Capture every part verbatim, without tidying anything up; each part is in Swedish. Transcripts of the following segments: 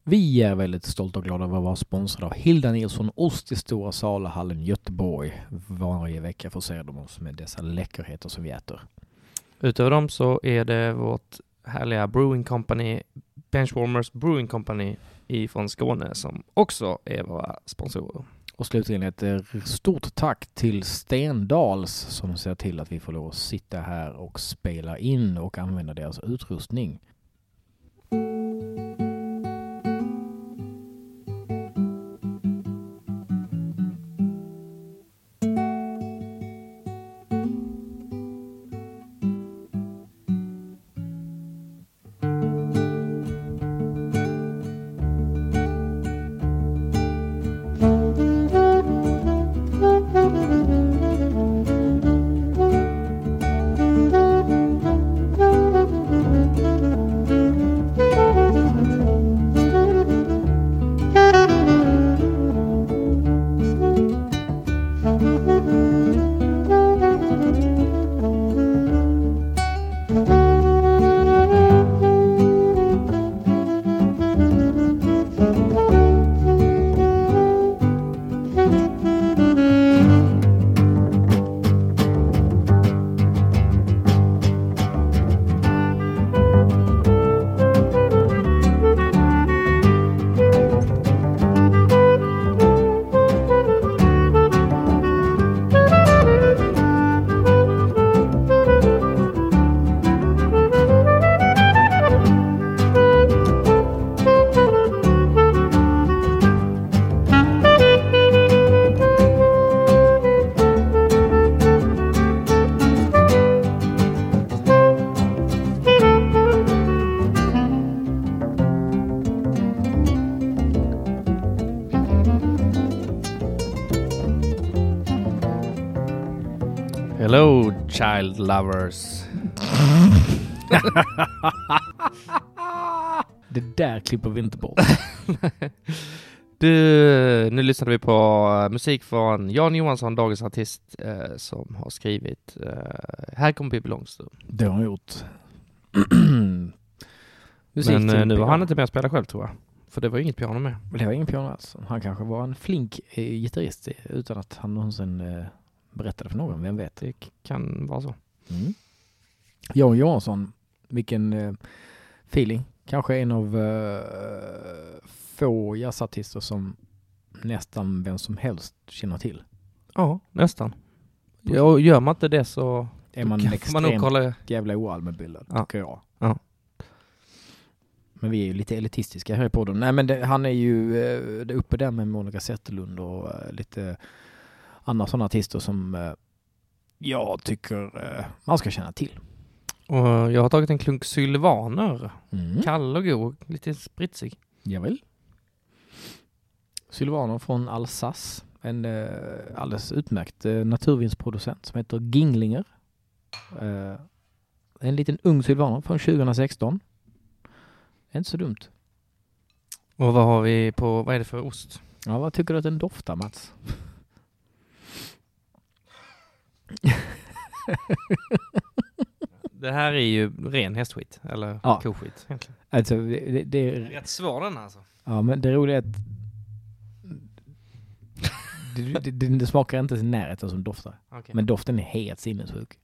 Vi är väldigt stolta och glada över att vara sponsrade av Hilda Nilsson Ost i Stora Salahallen Göteborg. Varje vecka förser de oss med dessa läckerheter som vi äter. Utöver dem så är det vårt härliga Brewing Company, Benchwarmers Brewing Company ifrån Skåne som också är våra sponsorer. Och slutligen ett stort tack till Stendals som ser till att vi får lov att sitta här och spela in och använda deras utrustning. Hello, child lovers. Det där klipper vi inte bort. Du, nu lyssnade vi på musik från Jan Johansson, dagens artist, eh, som har skrivit eh, Här kommer Pippi Långstrump. Det har han gjort. Men eh, nu var han inte med att spela själv, tror jag. För det var inget piano med. Det var ingen piano alls. Han kanske var en flink eh, gitarrist utan att han någonsin eh, berättade för någon. Vem vet? Det kan vara så. Mm. Jan Johansson, vilken eh, feeling. Kanske en av eh, få jazzartister som nästan vem som helst känner till. Ja, nästan. Ja, gör man inte det så är man extremt man jävla oallmänbildad, ja. tycker jag. Ja. Men vi är ju lite elitistiska här på den. Nej, men det, han är ju eh, uppe där med Monica Zetterlund och eh, lite andra sådana artister som eh, jag tycker eh, man ska känna till. Och jag har tagit en klunk Sylvaner. Mm. Kall och god, lite spritsig. Javäl. Sylvaner från Alsace. En eh, alldeles utmärkt eh, naturvinsproducent som heter Ginglinger. Eh, en liten ung Sylvaner från tjugo sexton. Det är inte så dumt. Och vad har vi på, vad är det för ost? Ja, vad tycker du att den doftar, Mats? Det här är ju ren hästskit, eller ja. koskit egentligen. Alltså, det, det är rätt svår den alltså. Ja, men det roliga är att det, det, det, det smakar inte i närheten som doftar. Okay. Men doften är helt sinnessjuk.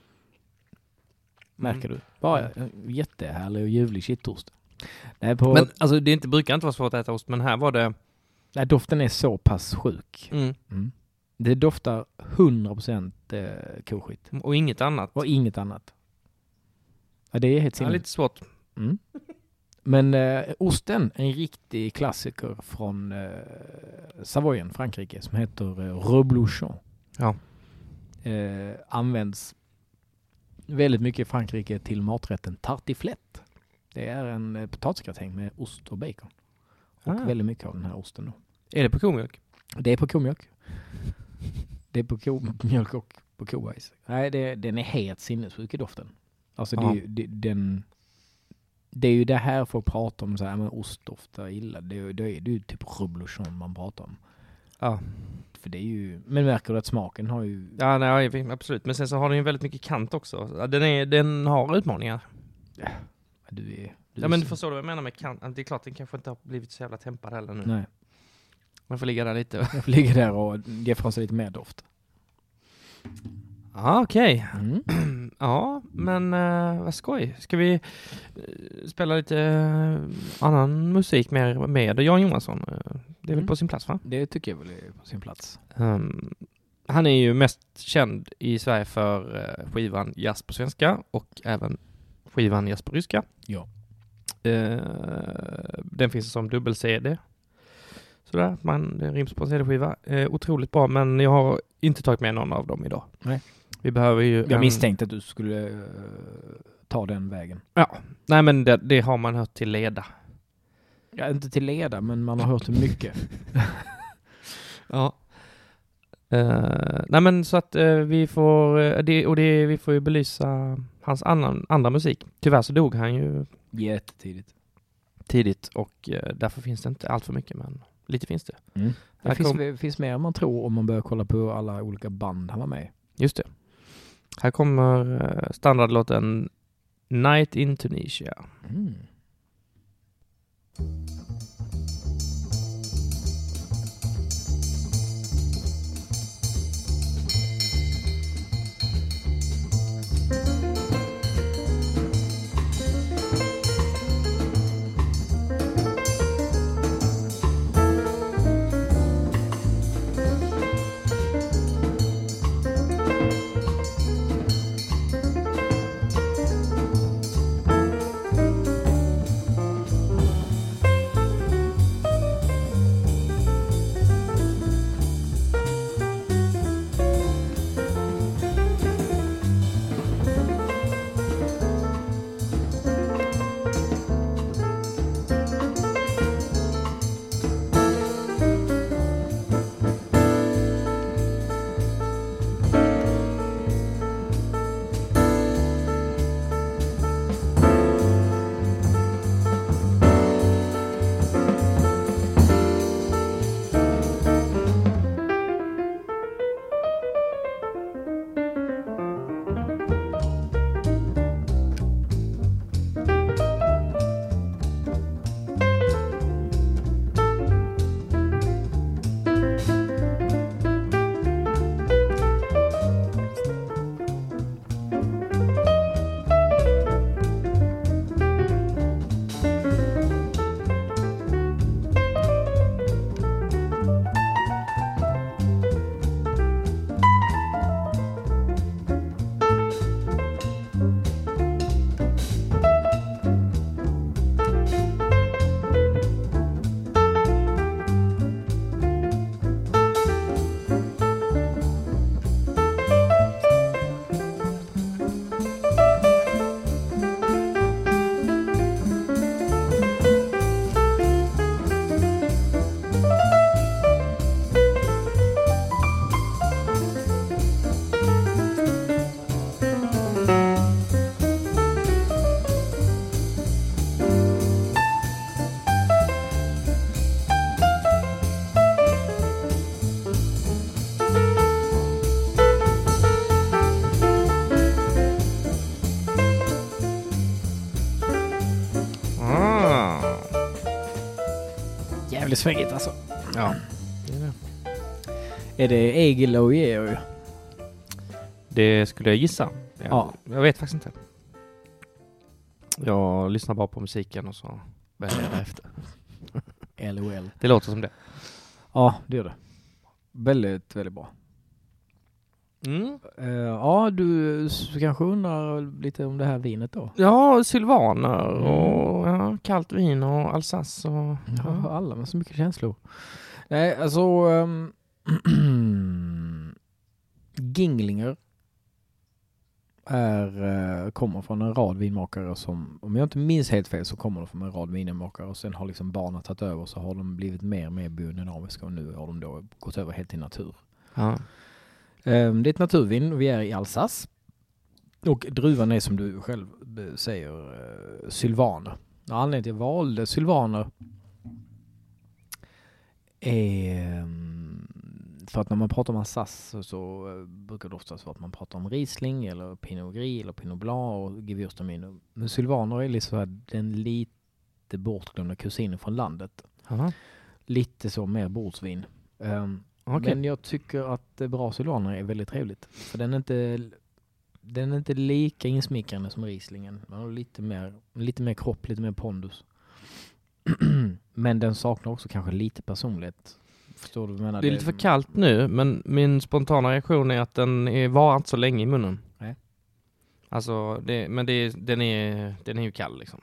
Märker mm. du? Bara jättehärlig och ljuvlig kittost. Nej, på... Men alltså det inte, brukar inte vara svårt att äta ost, men här var det... Nej, doften är så pass sjuk. Mm. Mm. Det doftar hundra procent eh, koskit. Och inget annat. Och inget annat. Ja, det är helt sinnessjukt. Ja, lite svårt. Mm. Men eh, osten, en riktig klassiker från eh, Savoyen, Frankrike, som heter eh, Reblochon. Ja. Eh, används väldigt mycket i Frankrike till maträtten tartiflette. Det är en eh, potatisgratäng med ost och bacon. Och ah. väldigt mycket av den här osten då. Är det på komjölk? Det är på komjölk. Det är på komjölk och på kobajs. Nej, det, den är helt sinnessjuk i doften. Alltså ja. det, det, den... Det är ju det här folk pratar om, så här, men ost doftar illa. Det är, det är, det är ju typ Reblochon man pratar om. Ja. För det är ju... Men märker du att smaken har ju... Ja, nej, absolut. Men sen så har den ju väldigt mycket kant också. Den, är, den har utmaningar. Ja, du är... Ja, men du förstår vad jag menar med kan, det är klart den kanske inte har blivit så jävla tempad heller nu. Nej. Man får ligga där lite. Jag får ligga där och ge från sig lite mer doft. Ja, okej. Okay. Mm. Ja, men uh, vad skoj. Ska vi uh, spela lite uh, annan musik med, med Jan Johansson? Uh, det är mm. väl på sin plats, va? Det tycker jag väl är på sin plats. Um, han är ju mest känd i Sverige för uh, skivan Jazz på svenska och även skivan Jazz på ryska. Ja. Uh, den finns som dubbel-C D. Sådär, man, det rims på en C D-skiva. Uh, otroligt bra, men jag har inte tagit med någon av dem idag. Nej. Vi behöver ju... Jag en... misstänkte att du skulle uh, ta den vägen. Ja, nej men det, det har man hört till leda. Ja, inte till leda, men man har hört mycket. Ja. Uh, nej men så att uh, vi får uh, det, och det, vi får ju belysa hans annan, andra musik. Tyvärr så dog han ju jättetidigt. Tidigt och uh, därför finns det inte allt för mycket, men lite finns det. Mm. Det finns, kom... finns mer än man tror om man börjar kolla på alla olika band han var med. Just det. Här kommer uh, standardlåten Night in Tunisia. Mm. Jävligt svängigt alltså. Ja. Det är, det. Är det Egil och Georg? Det skulle jag gissa. Jag, ja. jag vet faktiskt inte. Jag lyssnar bara på musiken och så väljer jag därefter. L O L. Det låter som det. Ja, det gör det. Väldigt, väldigt bra. Mm. Uh, ja, du kanske undrar lite om det här vinet då? Ja, Sylvaner och ja, kallt vin och Alsace. Och, ja. Ja, alla med så mycket känslor. Nej, alltså um, Ginglinger är, uh, kommer från en rad vinmakare som, om jag inte minns helt fel, så kommer de från en rad vinmakare och sen har liksom barnen tagit över, så har de blivit mer och mer biodynamiska och nu har de då gått över helt till natur. Ja. Um, det är ett naturvin, vi är i Alsace och druvan är, som du själv säger, uh, Sylvaner. Anledningen till att jag valde Sylvaner är um, För att när man pratar om Alsace så, så uh, brukar det oftast vara att man pratar om Riesling eller Pinot Gris eller Pinot Blanc och Gewürztraminer. Men Sylvaner är lite så här, den lite bortglömda kusinen från landet. Aha. Lite så mer bordsvin. Um, Okay. Men jag tycker att bra Sylvaner är väldigt trevligt. För den är inte, den är inte lika insmickrande som Rieslingen. Man har lite mer, lite mer kropp, lite mer pondus. Men den saknar också kanske lite personlighet. Förstår du vad jag menar? Det är lite för kallt nu, men min spontana reaktion är att den är, var inte så länge i munnen. Nej. Alltså, det, men det, den, är, den är ju kall liksom.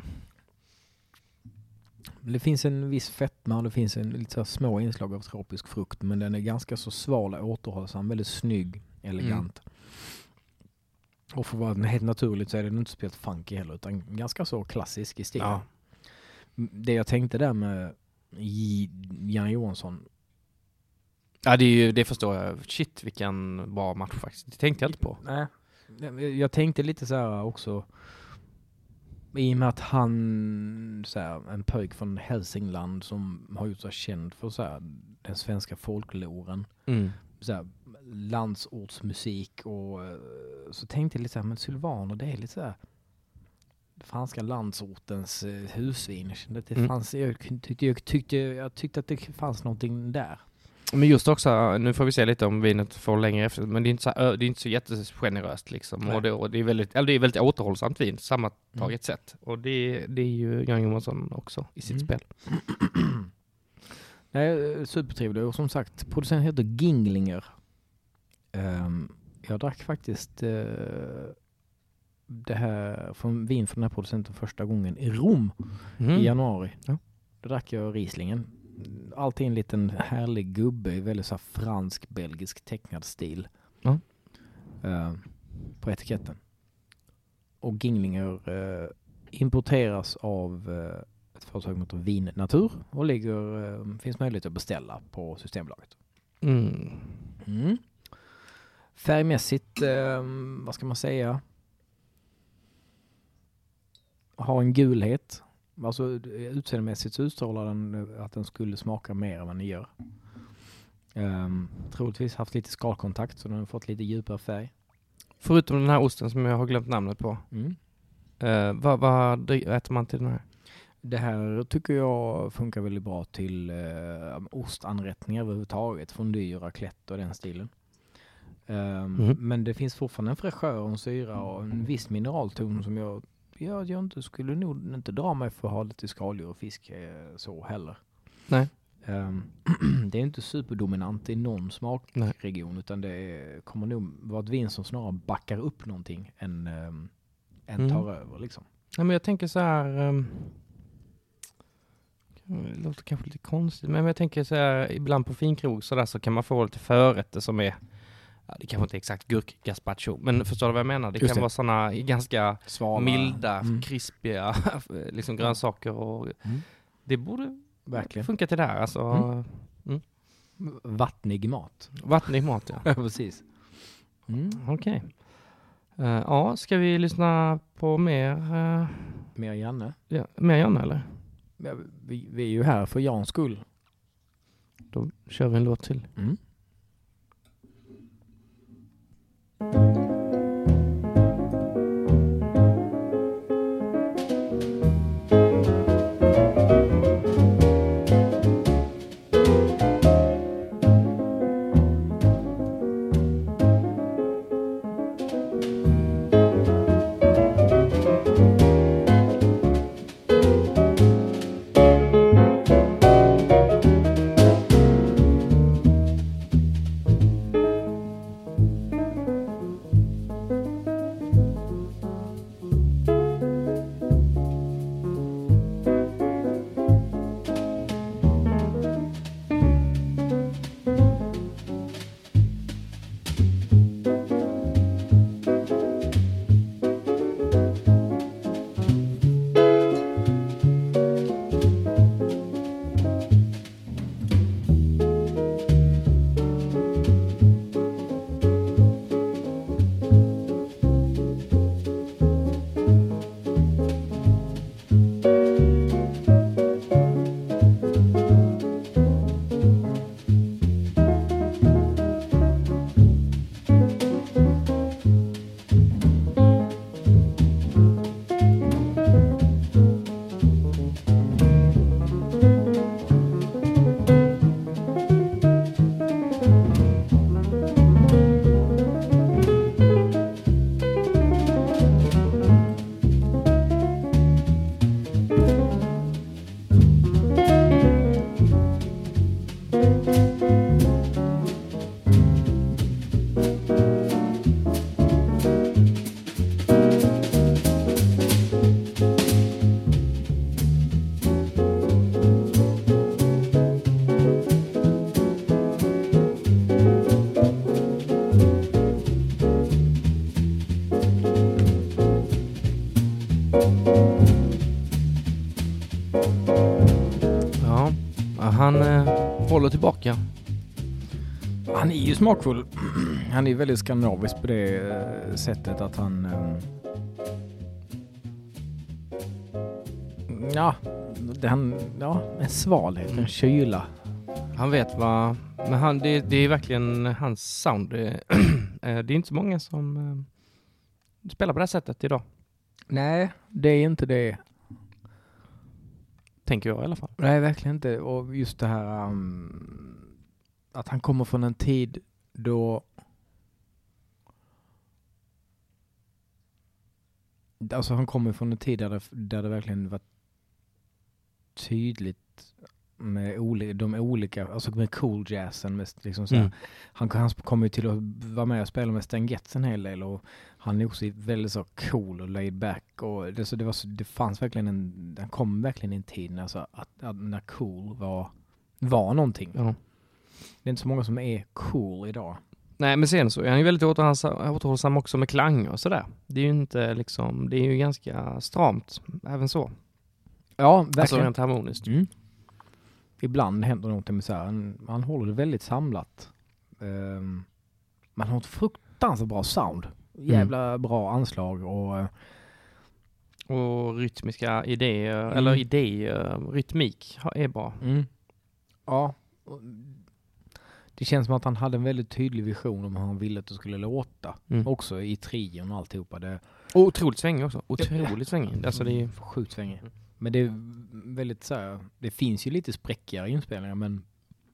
Det finns en viss fetma och det finns en lite så små inslag av tropisk frukt, men den är ganska så sval och återhållsam, väldigt snygg, elegant. Mm. Och för att vara helt naturligt så är den inte speciellt funky heller, utan ganska så klassisk i stilen. Ja. Det jag tänkte där med Jan Johansson. Ja, det, är ju, det förstår jag. Shit, vilken bra match faktiskt. Det tänkte jag inte på. Nej, jag tänkte lite så här också. I och med att han, så här, en pöjk från Hälsingland som har gjort sig känd för så här, den svenska folkloren. Mm. Så här, landsortsmusik och så tänkte jag lite så här, men Sylvaner, det är lite så här franska landsortens eh, husvin. Det Mm. fanns, jag, tyckte, jag, tyckte, jag tyckte att det fanns någonting där. Men just också, nu får vi se lite om vinet får längre efter, men det är inte så, det är inte så jättegeneröst liksom. Och det, och det är väldigt, eller det är väldigt återhållsamt vin, sammantaget mm. sätt. Och det, det är ju Jan Johansson också i sitt mm. spel. Nej, supertrevlig. Och som sagt, producenten heter Ginglinger. Um, jag drack faktiskt uh, det här från vin från den här producenten första gången i Rom mm. i januari. Ja. Då drack jag Rieslingen. Alltid en liten härlig gubbe i väldigt så här fransk-belgisk tecknad stil. Ja. Uh, på etiketten. Och Ginglinger uh, importeras av uh, ett företag som heter Vin Natur och ligger, uh, finns möjlighet att beställa på Systembolaget. Mm. Mm. Färgmässigt, uh, vad ska man säga? Har en gulhet. Alltså utseendemässigt så utstrålar den att den skulle smaka mer än vad den gör. Um, troligtvis haft lite skalkontakt så den har fått lite djupare färg. Förutom den här osten som jag har glömt namnet på. Mm. Uh, vad, vad äter man till den här? Det här tycker jag funkar väldigt bra till uh, ostanrättningar överhuvudtaget. Fondue, raclette och den stilen. Um, mm. Men det finns fortfarande en fräschör och en syra och en viss mineralton som jag Ja, jag inte, skulle nog inte dra mig för att ha lite skaldjur och fisk eh, så heller. Nej. Um, det är inte superdominant i någon smakregion, utan det är, kommer nog vara ett vin som snarare backar upp någonting än, um, än mm. tar över. Liksom. Ja, men jag tänker så här... Um, det låter kanske lite konstigt, men jag tänker så här, ibland på finkrog så, där, så kan man få lite förrätter som är... Ja, det kanske inte är exakt gurkgazpacho, men förstår du vad jag menar? Det Just kan det. vara sådana ganska Svala. milda, mm. krispiga liksom grönsaker och mm. det borde Verkligen. funka till det här. Alltså, mm. Mm. Vattnig mat. Vattnig mat, ja. Precis. Mm. Okej. Okay. Uh, ja, ska vi lyssna på mer? Uh, mer Janne? Ja, mer Janne, eller? Ja, vi, vi är ju här för Jans skull. Då kör vi en låt till. Mm. Ja, han eh, håller tillbaka. Han är ju smakfull. Han är väldigt skandinavisk på det eh, sättet att han... Eh, ja, det, han, ja, en svalhet, en kyla. Han vet vad... Men han, det, det är verkligen hans sound. Det, det är inte så många som eh, spelar på det här sättet idag. Nej, det är inte det. Tänker jag i alla fall. Nej, verkligen inte. Och just det här um, att han kommer från en tid då alltså han kommer från en tid där det, där det verkligen var tydligt med oli- de olika, alltså med cool jazzen mest liksom så här. Mm. Han, han kommer ju till att vara med och spela med Stan Getz en hel del och han är också väldigt så cool och laid back och det, så det, var så, det fanns verkligen en, den kom verkligen i en tid när, så att, att när cool var, var någonting. Ja. Det är inte så många som är cool idag. Nej, men sen så är han ju väldigt återhållsam, återhållsam också med klang och sådär. Det är ju inte liksom, det är ju ganska stramt även så. Ja, verkligen. Alltså rent harmoniskt. Mm. Ibland händer någonting med så här, han, han håller det väldigt samlat. Um, man har ett fruktansvärt bra sound. Jävla mm. bra anslag och och rytmiska idéer mm. eller idéer, rytmik är bra. Mm. Ja. Det känns som att han hade en väldigt tydlig vision om hur han ville att det skulle låta. Mm. Också i trion och alltihopa. Det... Och otroligt svängig också. Otroligt svängig. Alltså det är sjukt svängig. Mm. Men det är väldigt så här, det finns ju lite spräckigare inspelningar men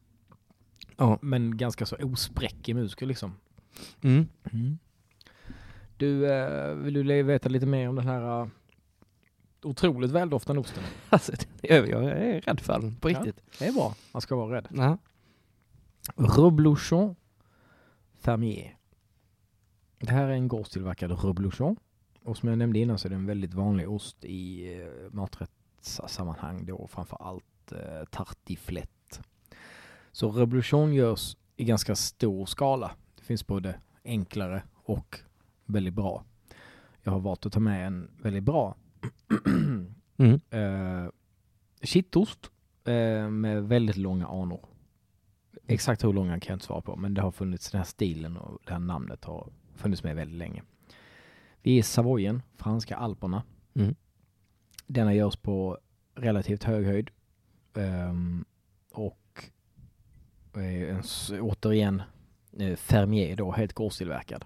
ja, men ganska så ospräckig musiker liksom. Mm. Mm. Du, äh, vill du veta lite mer om den här uh, otroligt väldoftande osten? Alltså, jag är rädd för den, på riktigt. Ja, det är bra, man ska vara rädd. Ja. Reblochon Fermier. Det här är en gårdstillverkad reblochon. Och som jag nämnde innan så är det en väldigt vanlig ost i eh, maträttssammanhang då framför allt eh, tartiflett. Så reblochon görs i ganska stor skala. Det finns både enklare och väldigt bra. Jag har valt att ta med en väldigt bra mm. eh, kittost eh, med väldigt långa anor. Exakt hur långa kan jag inte svara på, men det har funnits den här stilen och det här namnet har funnits med väldigt länge. Vi är i Savoyen, franska alperna. Mm. Denna görs på relativt hög höjd. Um, och eh, en, återigen eh, Fermier då, helt gårdstillverkad.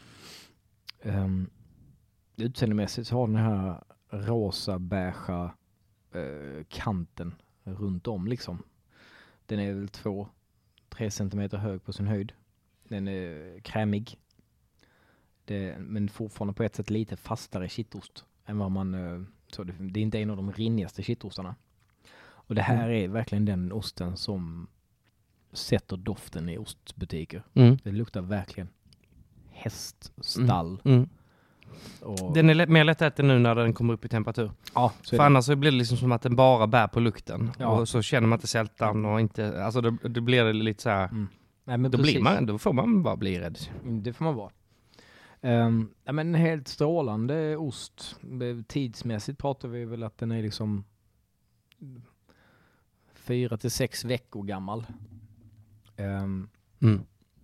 Um, utseendemässigt så har den här rosa, beige eh, kanten runt om liksom. Den är väl två, tre centimeter hög på sin höjd. Den är krämig. Det, men fortfarande på ett sätt lite fastare kittost än vad man så det, det är inte en av de rinnigaste kittostarna. Och det här mm. är verkligen den osten som sätter doften i ostbutiker. Mm. Det luktar verkligen häststall. Mm. Mm. Och den är lätt, mer lättäten nu när den kommer upp i temperatur. Ja, så för annars så blir det liksom som att den bara bär på lukten. Ja. Och så känner man inte sältan och inte, alltså då, då blir det lite så här. Mm. Nej, men då, blir man, då får man bara bli rädd. Mm, det får man vara. Um, ja, men helt strålande ost. Tidsmässigt pratar vi väl att den är liksom fyra till sex veckor gammal. Um, mm.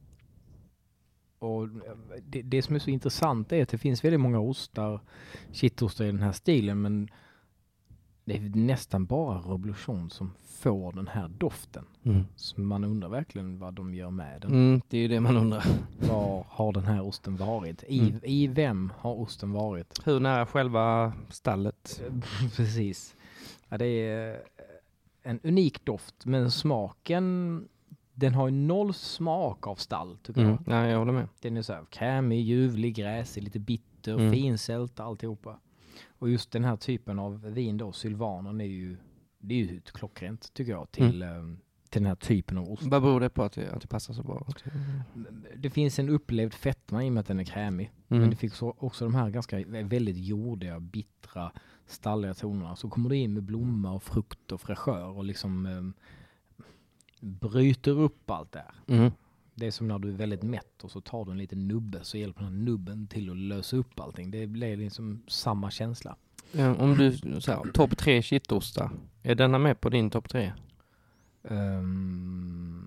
Och det, det som är så intressant är att det finns väldigt många ostar, kittostar i den här stilen, men det är nästan bara reblochon som får den här doften. Mm. Så man undrar verkligen vad de gör med den. Mm, det är ju det man undrar. Var har den här osten varit? I, mm. I vem har osten varit? Hur nära själva stallet? Precis. Ja, det är en unik doft, men smaken, den har ju noll smak av stall, tycker mm. jag. Ja, jag håller med. Den är så här krämig, ljuvlig, gräsig, lite bitter, mm. finsälta, alltihopa. Och just den här typen av vin då, sylvanen, är ju, det är ju klockrent, tycker jag, till, mm. um, till den här typen av ost. Vad beror det på att det, att det passar så bra? Det finns en upplevd fetma i och med att den är krämig. Mm. Men det finns också de här ganska väldigt jordiga, bittra, stalliga tonerna. Så kommer det in med blomma och frukt och fräschör och liksom um, bryter upp allt där. Mm. Det är som när du är väldigt mätt och så tar du en liten nubbe så hjälper den här nubben till att lösa upp allting. Det blir liksom samma känsla. Om du säger topp tre kittostar, är denna med på din topp tre? Um,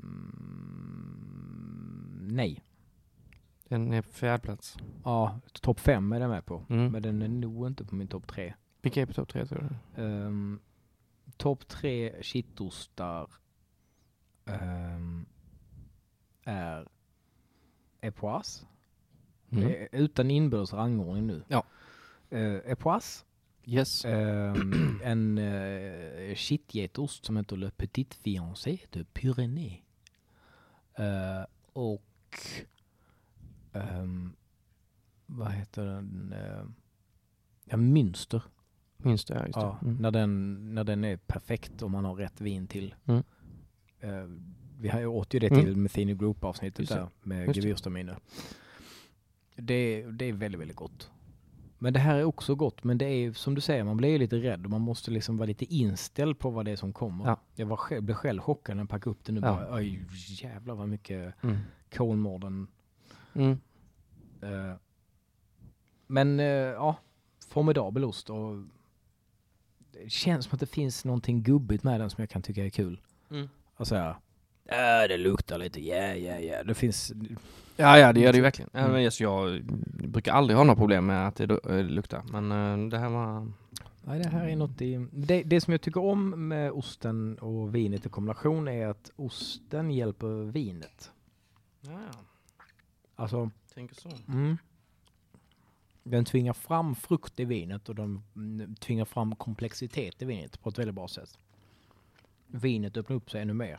nej. Den är på fjärde plats. Ja, topp fem är den med på. Mm. Men den är nog inte på min topp tre. Vilka är på topp tre tror du? Um, topp tre kittostar um, är Epoisse. Mm. Utan inbördes rangordning nu. Ja. Uh, Epoisse. Yes. Um, en uh, kittgetost som heter Le Petit Fiancé de Pyrénées. Uh, och um, vad heter den? Uh, ja, Münster. Münster, ja, just det. Ja, Mm. när, den, när den är perfekt om man har rätt vin till. Mm. Uh, vi har ju åt ju det Mm. till Metheny Group-avsnittet Just det. där med Just det. gewürztraminer. Det, det är väldigt, väldigt gott. Men det här är också gott, men det är som du säger, man blir lite rädd och man måste liksom vara lite inställd på vad det är som kommer. Ja. Jag var själv, blev själv chockad när jag packade upp den och Ja. bara, oj jävlar vad mycket Mm. Kolmården. Mm. Uh, men uh, ja, formidabel ost och det känns som att det finns någonting gubbigt med den som jag kan tycka är kul. Mm. Och så här, äh, det luktar lite, ja, ja, ja. Det finns... Ja, ja, det gör det ju verkligen. Mm. Ja, men yes, jag brukar aldrig ha några problem med att det äh, luktar. Men äh, det här var... Nej, det här är något i... Det, det som jag tycker om med osten och vinet i kombination är att osten hjälper vinet. Ja, Alltså... tänker så. Mm. Den tvingar fram frukt i vinet och de mm, tvingar fram komplexitet i vinet på ett väldigt bra sätt. Vinet öppnar upp sig ännu mer.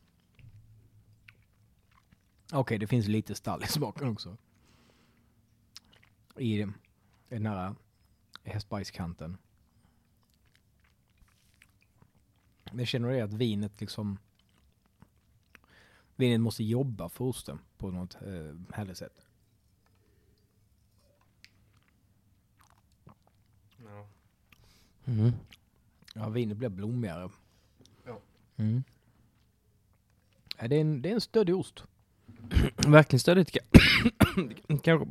Okej, okay, det finns lite stall i smaken också. I den här hästbajskanten. Men känner du att vinet liksom... Vinet måste jobba för osten på något eh, härligt sätt. Ja. Mm. Ja, vinet blir blommigare. Ja. Mm. Ja, det är en, det är en stödig ost. Verkligen stödigt. Kanske...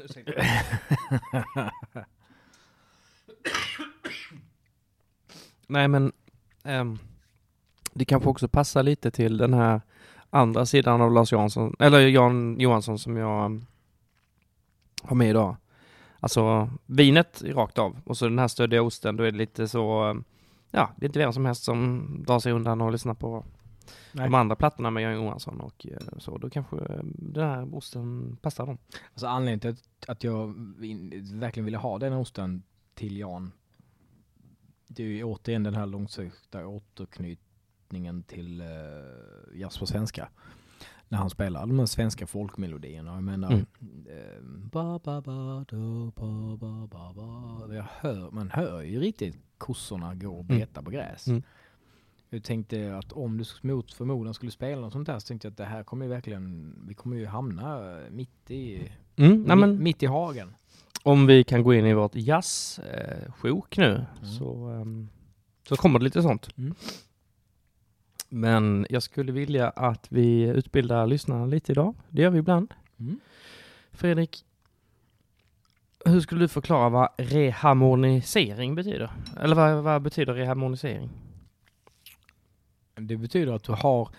Nej, men ähm, det kanske också passar lite till den här andra sidan av Lars Jansson, eller Jan Johansson som jag ähm, har med idag. Alltså vinet rakt av och så den här stödiga osten, då är det lite så, ähm, ja, det är inte vem som helst som drar sig undan och lyssnar på Nej. de andra plattorna med Jan Johansson och äh, så. Då kanske äh, den här osten passar dem. Alltså anledningen till att, att jag in, verkligen ville ha den osten till Jan, det är ju återigen den här långsökta återknytningen till uh, jazz på svenska. När han spelar de svenska folkmelodierna. Jag menar, mm. eh, ba, ba, ba, do, ba, ba, ba, ba. Jag hör, man hör ju riktigt kossorna gå och beta mm. på gräs. Mm. Jag tänkte att om du mot förmodan skulle spela något sånt där, så tänkte jag att det här kommer ju verkligen, vi kommer ju hamna mitt i, mm. mitt, men, mitt i hagen. Om vi kan gå in i vårt jazzsjok nu mm. så, um, så kommer det lite sånt. Mm. Men jag skulle vilja att vi utbildar lyssnarna lite idag. Det gör vi ibland. Mm. Fredrik, hur skulle du förklara vad reharmonisering betyder? Eller vad, vad betyder reharmonisering? Det betyder att du har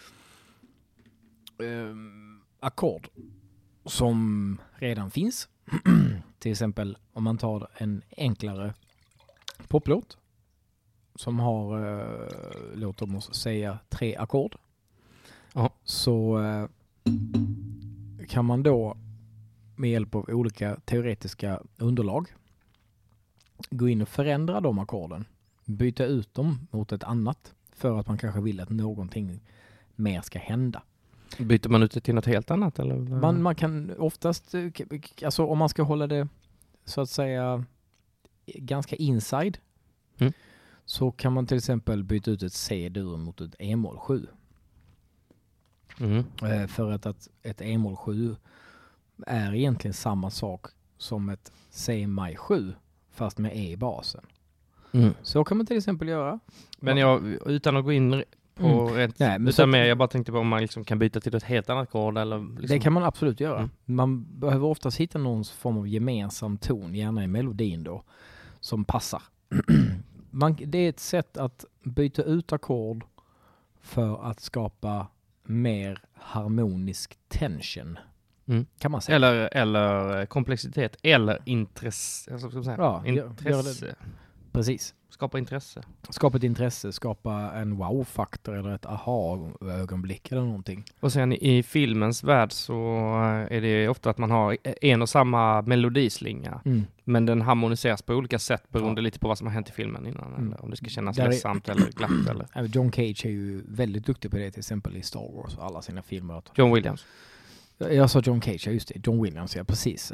eh, ackord som redan finns. Till exempel om man tar en enklare poplåt som har, eh, låt oss säga, tre ackord. Ja. Så eh, kan man då med hjälp av olika teoretiska underlag gå in och förändra de ackorden. Byta ut dem mot ett annat för att man kanske vill att någonting mer ska hända. Byter man ut det till något helt annat? Eller? Man, man kan oftast, alltså om man ska hålla det så att säga ganska inside, mm. så kan man till exempel byta ut ett C-dur mot ett E-moll sju. Mm. För att, att ett E-moll sju är egentligen samma sak som ett C-maj sju fast med E i basen. Mm. Så kan man till exempel göra. Men jag, utan att gå in på mm. rätt, Nej, men utan mer, jag bara tänkte på om man liksom kan byta till ett helt annat kod eller liksom. Det kan man absolut göra. Mm. Man behöver oftast hitta någon form av gemensam ton, gärna i melodin då, som passar. Man, det är ett sätt att byta ut ackord för att skapa mer harmonisk tension. Mm. Kan man säga. Eller, eller komplexitet eller intresse. Alltså, ska man säga. Ja, intresse. Gör det. Precis. Skapa intresse. Skapa ett intresse, skapa en wow-faktor eller ett aha-ögonblick eller någonting. Och sen i filmens värld så är det ofta att man har en och samma melodislinga. Mm. Men den harmoniseras på olika sätt beroende ja. lite på vad som har hänt i filmen innan. Mm. Eller om det ska kännas Där ledsamt är... eller glatt. Eller. John Cage är ju väldigt duktig på det, till exempel i Star Wars och alla sina filmer. John Williams. Jag sa John Cage, ja just det. John Williams, ja precis.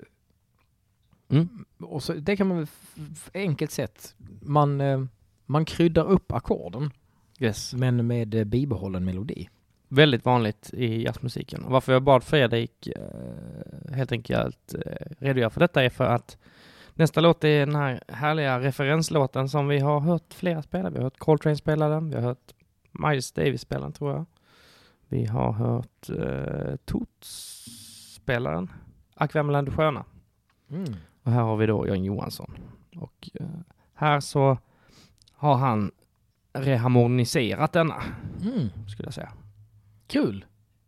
Mm. Och så, det kan man f- enkelt sett. Man, man kryddar upp ackorden. Yes. Men med bibehållen melodi. Väldigt vanligt i jazzmusiken. Och varför jag bad Fredrik eh, helt enkelt eh, redogöra för detta är för att nästa låt är den här härliga referenslåten som vi har hört flera spela. Vi har hört Coltrane spela den. Vi har hört Miles Davis spela den, tror jag. Vi har hört eh, Toots spela den. Akvamland och sköna. Mm. Och här har vi då Jan Johansson. Och eh, här så har han reharmoniserat denna. Mm. Skulle jag säga. Kul!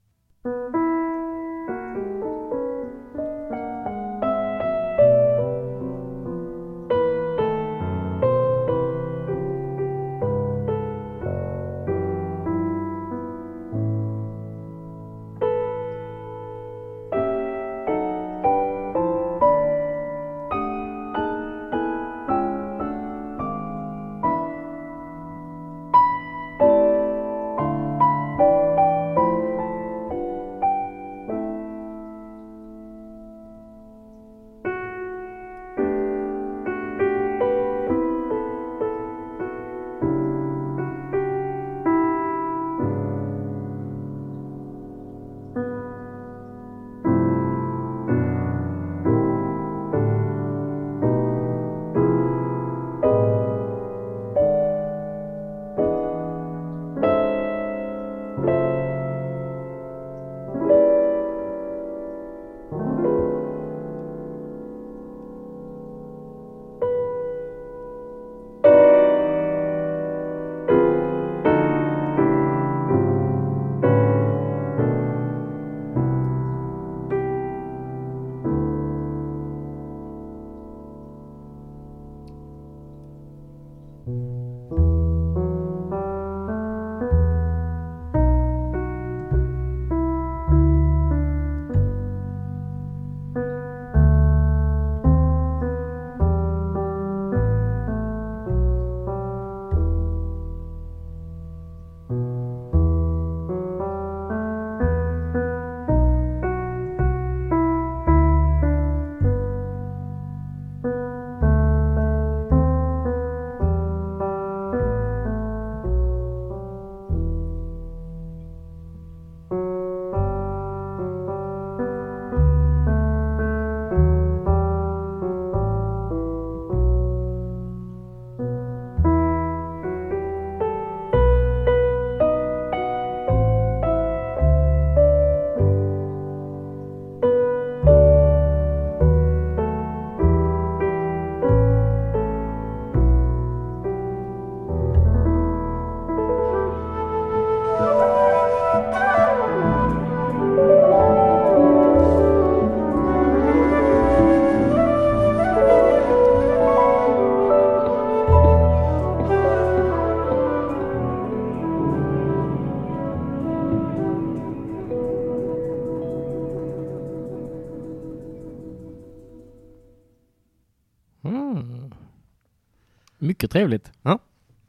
Mycket trevligt. Ja.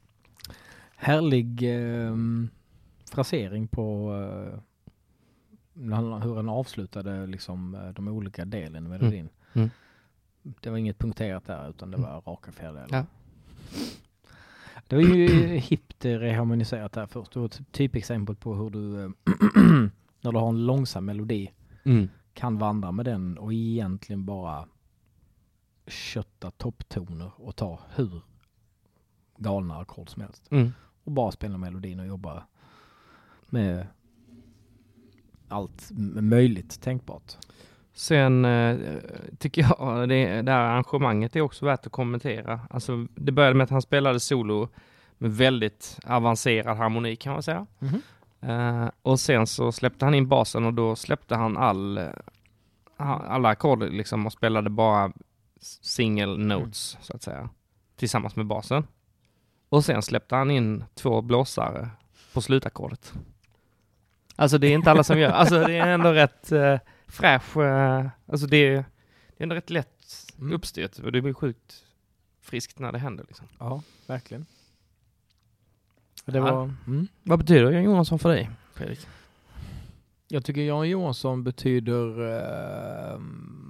Härlig eh, frasering på eh, hur han avslutade liksom, de olika delen i melodin. Mm. Mm. Det var inget punkterat där utan det var mm. raka fjärdelar. Ja. Det var ju hippt reharmoniserat här först. Det var ett typexempel på hur du eh, när du har en långsam melodi mm. kan vandra med den och egentligen bara kötta topptoner och ta hur galna ackord som helst. Mm. Och bara spela melodin och jobba med allt möjligt tänkbart. Sen eh, tycker jag det, det här arrangemanget är också värt att kommentera. Alltså, det började med att han spelade solo med väldigt avancerad harmoni kan man säga. Mm-hmm. Uh, och sen så släppte han in basen och då släppte han all, uh, alla ackord liksom och spelade bara single notes mm. så att säga tillsammans med basen. Och sen släppte han in två blåsare på slutackordet. Alltså det är inte alla som gör. Alltså det är ändå rätt uh, fräsch. Uh, alltså det är, det är ändå rätt lätt mm. uppstyrt och det blir sjukt friskt när det händer liksom. Ja, verkligen. Det var, ja. mm. Vad betyder Jan Johansson för dig, Fredrik? Jag tycker Jan Johansson betyder uh,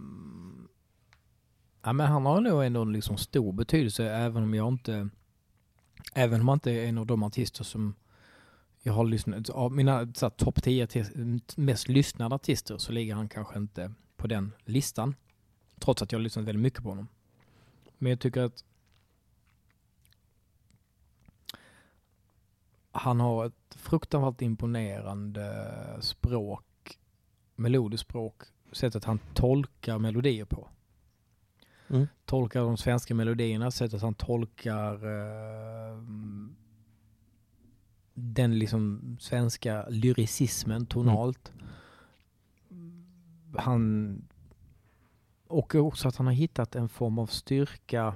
ja, men han har nog ändå liksom stor betydelse även om jag inte även om han inte är en av de artister som jag har lyssnat av mina topp tio mest lyssnade artister så ligger han kanske inte på den listan trots att jag har lyssnat väldigt mycket på honom. Men jag tycker att han har ett fruktansvärt imponerande språk, melodiskt språk, sättet han tolkar melodier på. Mm. Tolkar de svenska melodierna, sättet han tolkar uh, den liksom svenska lyricismen tonalt. Mm. Han och också att han har hittat en form av styrka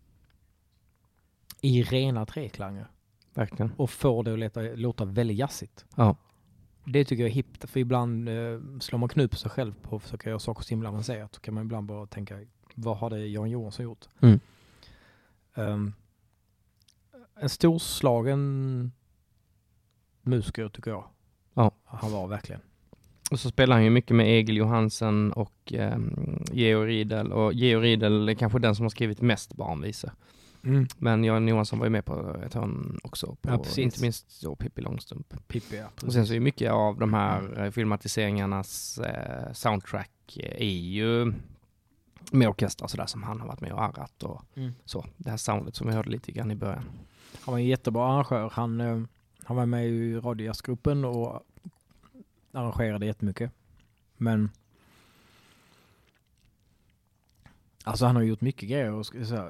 i rena treklanger. Verkligen. Och får det att låta, låta väldigt jazzigt. Ja. Det tycker jag är hippt. För ibland eh, slår man knut på sig själv på att försöka göra saker så himla avancerat. Så kan man ibland bara tänka, vad har det Jan Johansson gjort? Mm. Um, en storslagen musiker tycker jag. Ja. Han var verkligen. Och så spelar han ju mycket med Egil Johansen och eh, Georg Riedel. Och Georg Riedel är kanske den som har skrivit mest barnvisor. Mm. Men Jan Johansson var ju med på ett hörn också. På, ja, inte minst så Pippi Långstrump. Pippi, ja, och sen så är mycket av de här mm. filmatiseringarnas eh, soundtrack är ju med orkester sådär som han har varit med och arrat och mm. så. Det här soundet som vi hörde lite grann i början. Han var en jättebra arrangör. Han, eh, han var med i radiojazzgruppen och arrangerade jättemycket. Men alltså han har gjort mycket grejer och så här,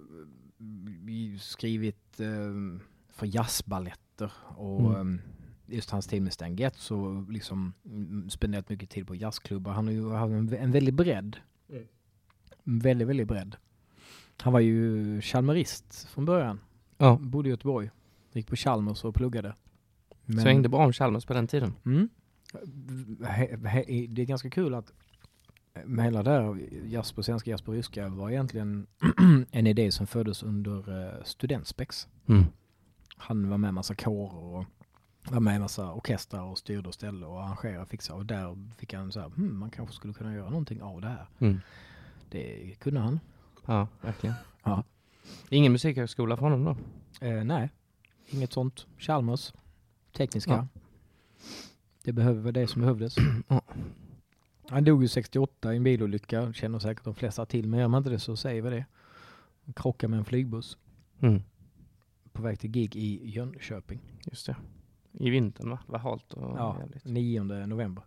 skrivit eh, för jazzballetter och mm. eh, just hans tid med Stan Getz så liksom spenderat mycket tid på jazzklubbar. Han har ju haft en, en väldigt bredd. Mm. Väldigt, väldigt bredd. Han var ju chalmerist från början. Ja. Bodde i Göteborg. Gick på Chalmers och pluggade. Men, så hängde bra om Chalmers på den tiden. Mm. He, he, det är ganska kul att med hela där jazz på svenska, jazz på ryska var egentligen en idé som föddes under uh, studentspex. Mm. Han var med en massa kårer och var med en massa orkestrar och styrde och ställde och arrangerade, fixade. Och där fick han så här, hm, man kanske skulle kunna göra någonting av det här. Mm. Det kunde han. Ja, verkligen. Ja. Ingen musikhögskola för honom då? Eh, nej, inget sånt. Chalmers, tekniska. Ja. Det behöver det som behövdes. Ja. Han dog ju sextioåtta i en bilolycka. Känner säkert de flesta till. Men gör man inte det så säger vi det. Han krockade med en flygbuss. Mm. På väg till gig i Jönköping. Just det. I vintern va? Det var halt och ja, jävligt. nionde november.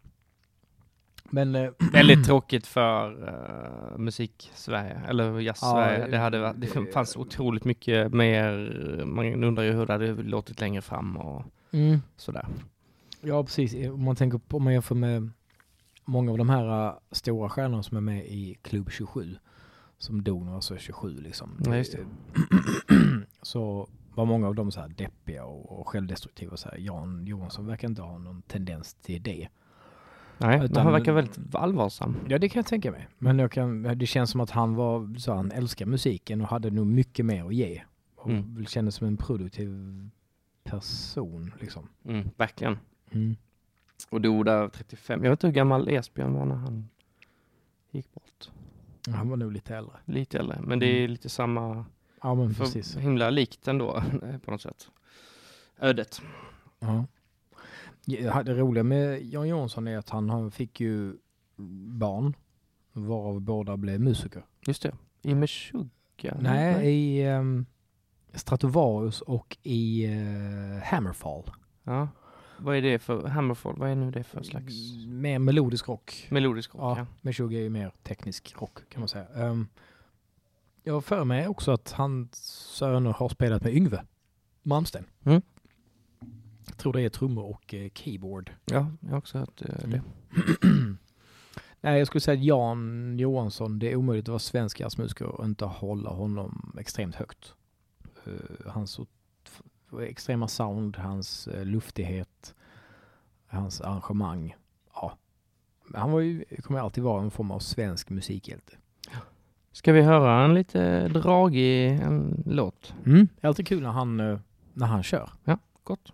Men äh, väldigt tråkigt för uh, musik-Sverige. Eller jazz-Sverige. Ja, det, hade varit, det fanns otroligt mycket mer. Man undrar ju hur det hade låtit längre fram och mm. sådär. Ja, precis. Om man tänker på, om man jämför med många av de här uh, stora stjärnorna som är med i Klubb tjugosju som dog när de var så tjugosju liksom. Ja, just det. Så var många av dem så här deppiga och, och självdestruktiva. Så här. Jan Johansson verkar inte ha någon tendens till det. Nej, utan, men han verkar väldigt allvarsam. Ja, det kan jag tänka mig. Men jag kan, det känns som att han var så han älskar musiken och hade nog mycket mer att ge. Och mm. kändes som en produktiv person liksom. Mm, verkligen. Mm. Och dog där trettiofem. Jag vet inte hur gammal Esbjörn var när han gick bort. Han var nog lite äldre. Lite äldre, men det är lite samma. Ja, men precis. Himla likt ändå på något sätt. Ödet. Ja. Det roliga med Jan Johansson är att han fick ju barn varav båda blev musiker. Just det. I Meshuggah? Nej, Nej, i um, Stratovarius och i uh, Hammerfall. Ja. Vad är det för Hammerfall? Vad är nu det för slags? Mer melodisk rock. Melodisk rock, ja. ja. Meshuggah är ju mer teknisk rock kan man säga. Um, jag har för mig också att hans söner har spelat med Yngve Malmsten. Mm. Jag tror det är trummor och eh, keyboard. Ja, jag har också hört eh, det. Nej, jag skulle säga att Jan Johansson, det är omöjligt att vara svensk jazzmusiker och inte hålla honom extremt högt. Uh, hans extrema sound, hans uh, luftighet, hans arrangemang. Ja. Han var ju, kommer alltid vara en form av svensk musikhjälte. Ska vi höra en lite dragig en låt? Mm. Det är alltid kul när han, uh, när han kör. Ja, gott.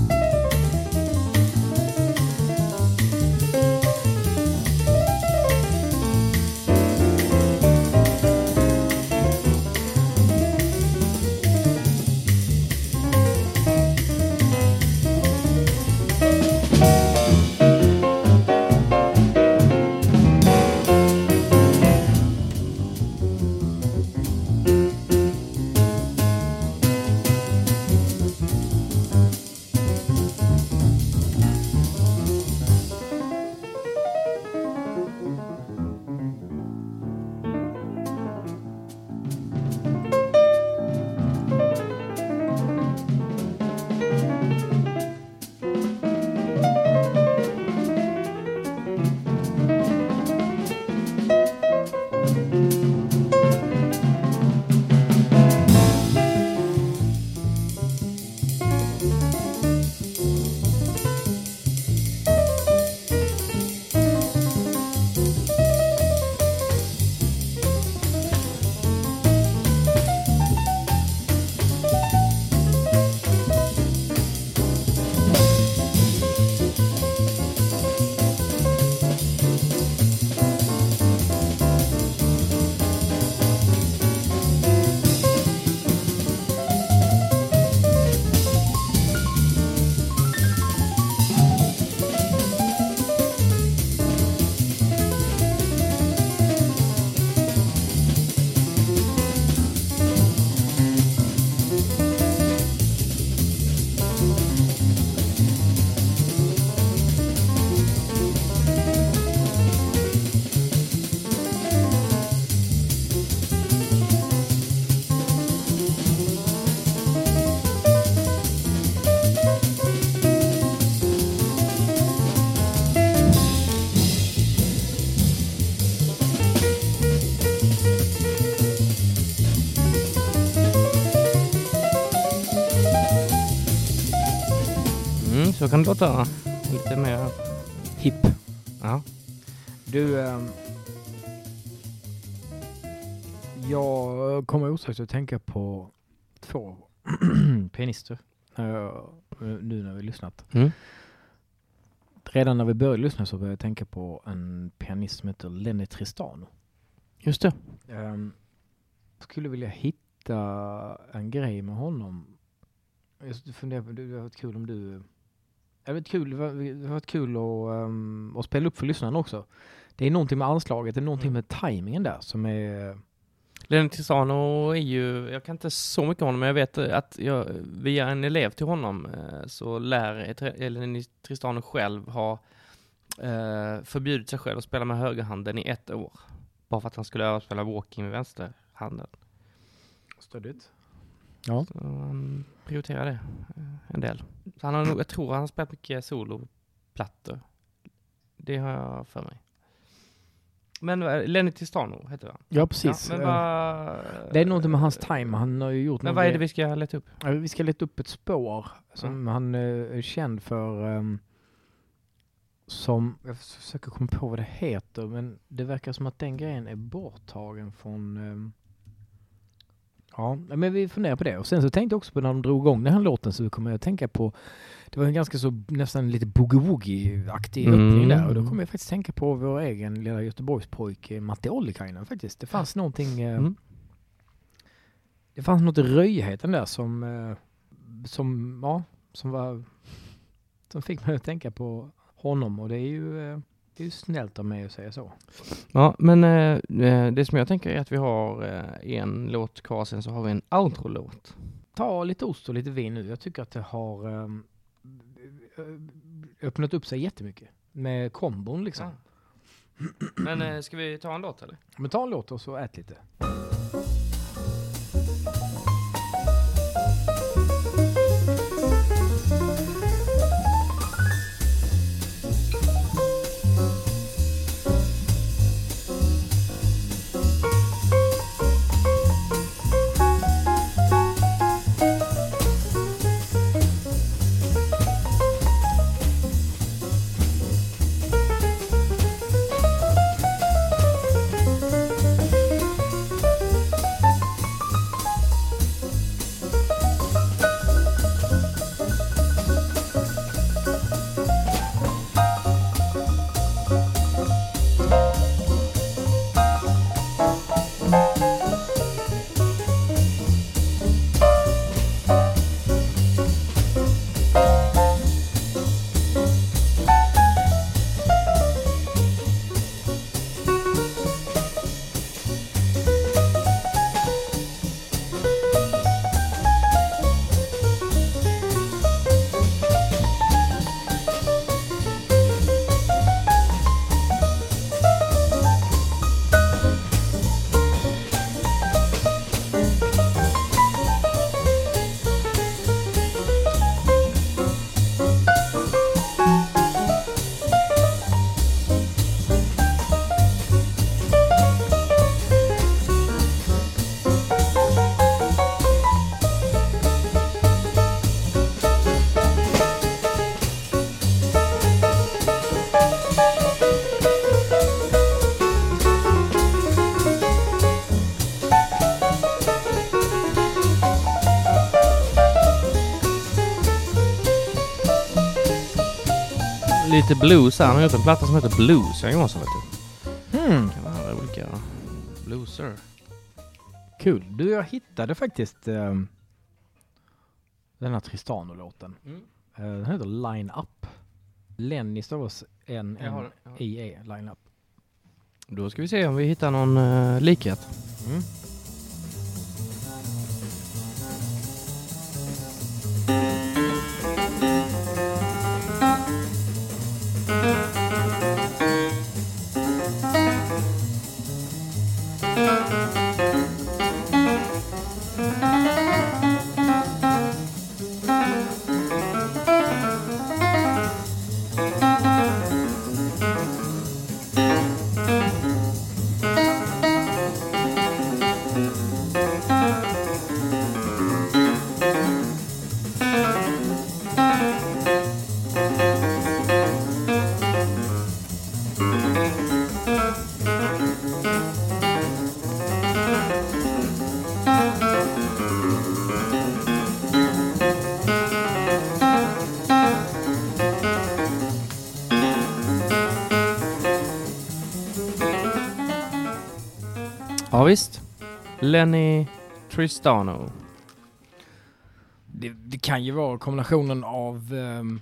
Så kan det låta lite mer hipp. Ja. Du, ähm, jag kommer osökt att tänka på två pianister äh, nu när vi lyssnat. Mm. Redan när vi började lyssna så började jag tänka på en pianist som heter Lenny Tristano. Just det. Ähm, jag skulle vilja hitta en grej med honom. Jag funderar på, det hade varit kul om du... Det var kul, det var kul att, um, att spela upp för lyssnarna också. Det är någonting med anslaget, det är någonting med tajmingen där som är... Lenny Tristano är ju, jag kan inte så mycket om honom, men jag vet att jag, via en elev till honom så lär Lenny Tristano själv ha eh, förbjudit sig själv att spela med högerhanden i ett år. Bara för att han skulle spela walking med vänsterhanden. Stödigt. Ja. Så han prioriterar det en del. Så han har nog, jag tror han har spelat mycket soloplattor. Det har jag för mig. Men Lenny Tristano heter han. Ja, precis. Ja, men vad... Det är något med hans time. Han har ju gjort Men vad är det vi ska leta upp? Ja, vi ska leta upp ett spår som mm. han är känd för. Um, som, jag försöker komma på vad det heter, men det verkar som att den grejen är borttagen från... Um, ja, men vi funderar på det. Och sen så tänkte jag också på när de drog igång den här låten så kommer jag tänka på, det var en ganska så nästan lite boogie-woogie-aktig mm. öppning där. Och då kommer jag faktiskt tänka på vår egen lilla Göteborgspojk Matti Ollikainen faktiskt. Det fanns någonting, mm. eh, det fanns något i röjheten där som, eh, som, ja, som var, som fick mig att tänka på honom. Och det är ju, eh, det är ju snällt av mig att säga så. Ja, men eh, det som jag tänker är att vi har eh, en låt kvar, sen så har vi en outro-låt. Ta lite ost och lite vin nu. Jag tycker att det har... Um, öppnat upp sig jättemycket med kombon liksom. Ja. Men eh, ska vi ta en låt eller? Men ta en låt och så ät lite. Lite blues här. Han har gjort en platta som heter Blues. Jag Johansson, vet du. Mm. Det kan vara olika blueser. Kul. Du, jag hittade faktiskt um, den här Tristano-låten. Mm. Uh, den heter Line Up. Lenny stavas N N I E, Line Up. Då ska vi se om vi hittar någon uh, likhet. Mm. Ja visst. Lenny Tristano. Det, det kan ju vara kombinationen av um,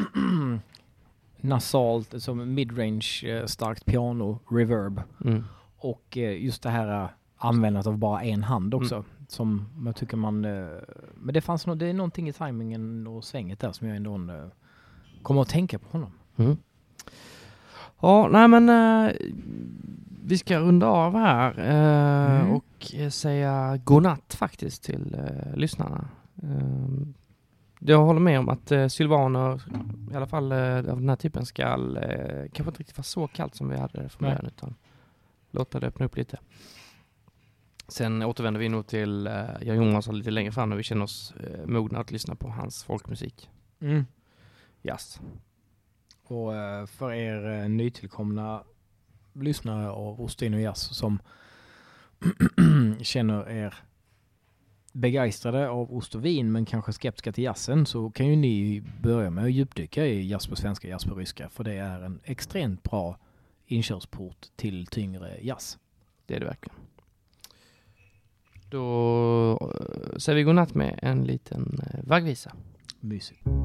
nasalt, som midrange uh, starkt piano, reverb mm. och uh, just det här uh, användandet av bara en hand också. Mm. Som jag tycker man... Uh, men det fanns no- det är någonting i timingen och svänget där som jag ändå uh, kommer att tänka på honom. Mm. Ja, nej men... Uh, vi ska runda av här uh, mm. och säga godnatt faktiskt till uh, lyssnarna. Uh, jag håller med om att uh, Sylvaner, i alla fall uh, av den här typen, ska uh, kanske inte riktigt vara så kallt som vi hade från början, utan låta det öppna upp lite. Sen återvänder vi nog till uh, Jan Johansson lite längre fram när vi känner oss uh, mogna att lyssna på hans folkmusik. Mm. Yes. Och uh, för er uh, nytillkomna lyssnare av Ostin och Jazz som känner er begeistrade av ost och vin men kanske skeptiska till jazzen, så kan ju ni börja med att djupdyka i jazz på svenska, jazz på ryska, för det är en extremt bra inkörsport till tyngre jazz. Det är det verkligen. Då säger vi godnatt med en liten vaggvisa. Mysigt.